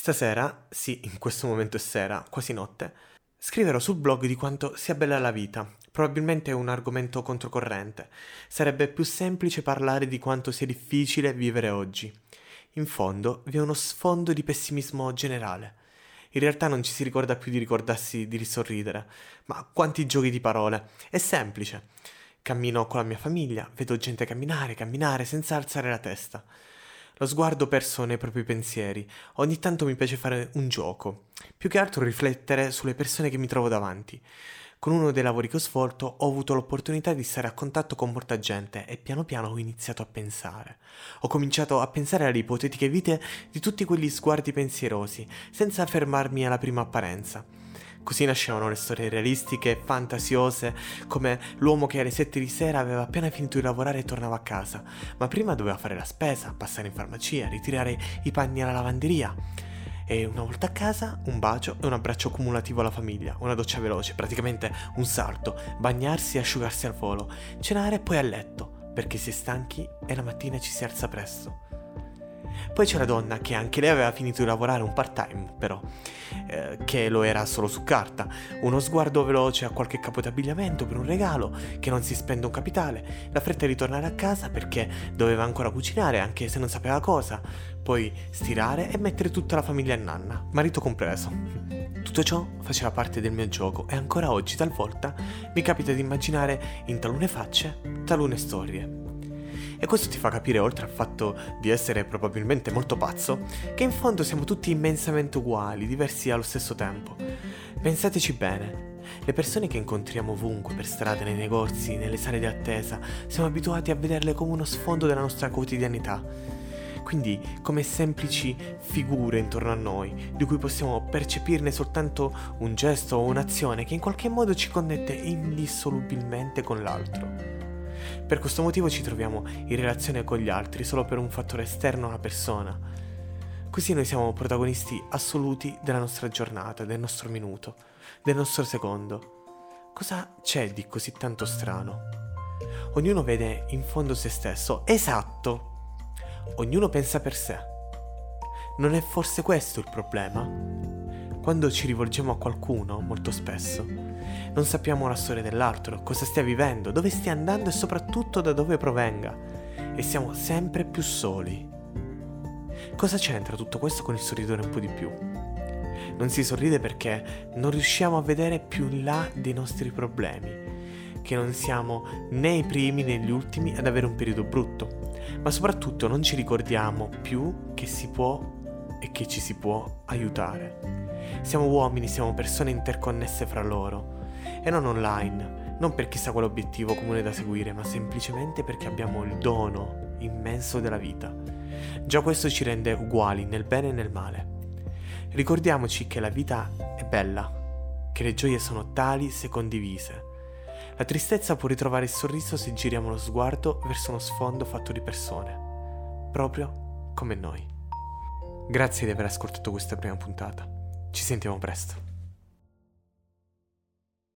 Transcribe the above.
Stasera, sì, in questo momento è sera, quasi notte, scriverò sul blog di quanto sia bella la vita. Probabilmente è un argomento controcorrente. Sarebbe più semplice parlare di quanto sia difficile vivere oggi. In fondo vi è uno sfondo di pessimismo generale. In realtà non ci si ricorda più di ricordarsi di risorridere. Ma quanti giochi di parole. È semplice. Cammino con la mia famiglia, vedo gente camminare senza alzare la testa. Lo sguardo perso nei propri pensieri. Ogni tanto mi piace fare un gioco. Più che altro riflettere sulle persone che mi trovo davanti. Con uno dei lavori che ho svolto ho avuto l'opportunità di stare a contatto con molta gente e piano piano ho iniziato a pensare. Ho cominciato a pensare alle ipotetiche vite di tutti quegli sguardi pensierosi, senza fermarmi alla prima apparenza. Così nascevano le storie realistiche e fantasiose, come l'uomo che alle 7 di sera aveva appena finito di lavorare e tornava a casa, ma prima doveva fare la spesa, passare in farmacia, ritirare i panni alla lavanderia. E una volta a casa, un bacio e un abbraccio cumulativo alla famiglia, una doccia veloce, praticamente un salto, bagnarsi e asciugarsi al volo, cenare e poi a letto, perché si è stanchi e la mattina ci si alza presto. Poi c'è la donna che anche lei aveva finito di lavorare un part-time, però, che lo era solo su carta. Uno sguardo veloce a qualche capo d'abbigliamento per un regalo, che non si spende un capitale, la fretta di tornare a casa perché doveva ancora cucinare anche se non sapeva cosa, poi stirare e mettere tutta la famiglia a nanna, marito compreso. Tutto ciò faceva parte del mio gioco e ancora oggi talvolta mi capita di immaginare in talune facce, talune storie. E questo ti fa capire, oltre al fatto di essere probabilmente molto pazzo, che in fondo siamo tutti immensamente uguali, diversi allo stesso tempo. Pensateci bene, le persone che incontriamo ovunque, per strada, nei negozi, nelle sale di attesa, siamo abituati a vederle come uno sfondo della nostra quotidianità. Quindi come semplici figure intorno a noi, di cui possiamo percepirne soltanto un gesto o un'azione che in qualche modo ci connette indissolubilmente con l'altro. Per questo motivo ci troviamo in relazione con gli altri solo per un fattore esterno alla persona. Così noi siamo protagonisti assoluti della nostra giornata, del nostro minuto, del nostro secondo. Cosa c'è di così tanto strano? Ognuno vede in fondo se stesso. Esatto! Ognuno pensa per sé. Non è forse questo il problema? Quando ci rivolgiamo a qualcuno, molto spesso, non sappiamo la storia dell'altro, cosa stia vivendo, dove stia andando e soprattutto da dove provenga. E siamo sempre più soli. Cosa c'entra tutto questo con il sorridere un po' di più? Non si sorride perché non riusciamo a vedere più in là dei nostri problemi, che non siamo né i primi né gli ultimi ad avere un periodo brutto, ma soprattutto non ci ricordiamo più che si può e che ci si può aiutare. Siamo uomini, siamo persone interconnesse fra loro, e non online, non per chissà quale obiettivo comune da seguire, ma semplicemente perché abbiamo il dono immenso della vita. Già questo ci rende uguali nel bene e nel male. Ricordiamoci che la vita è bella, che le gioie sono tali se condivise. La tristezza può ritrovare il sorriso se giriamo lo sguardo verso uno sfondo fatto di persone, proprio come noi. Grazie di aver ascoltato questa prima puntata. Ci sentiamo presto.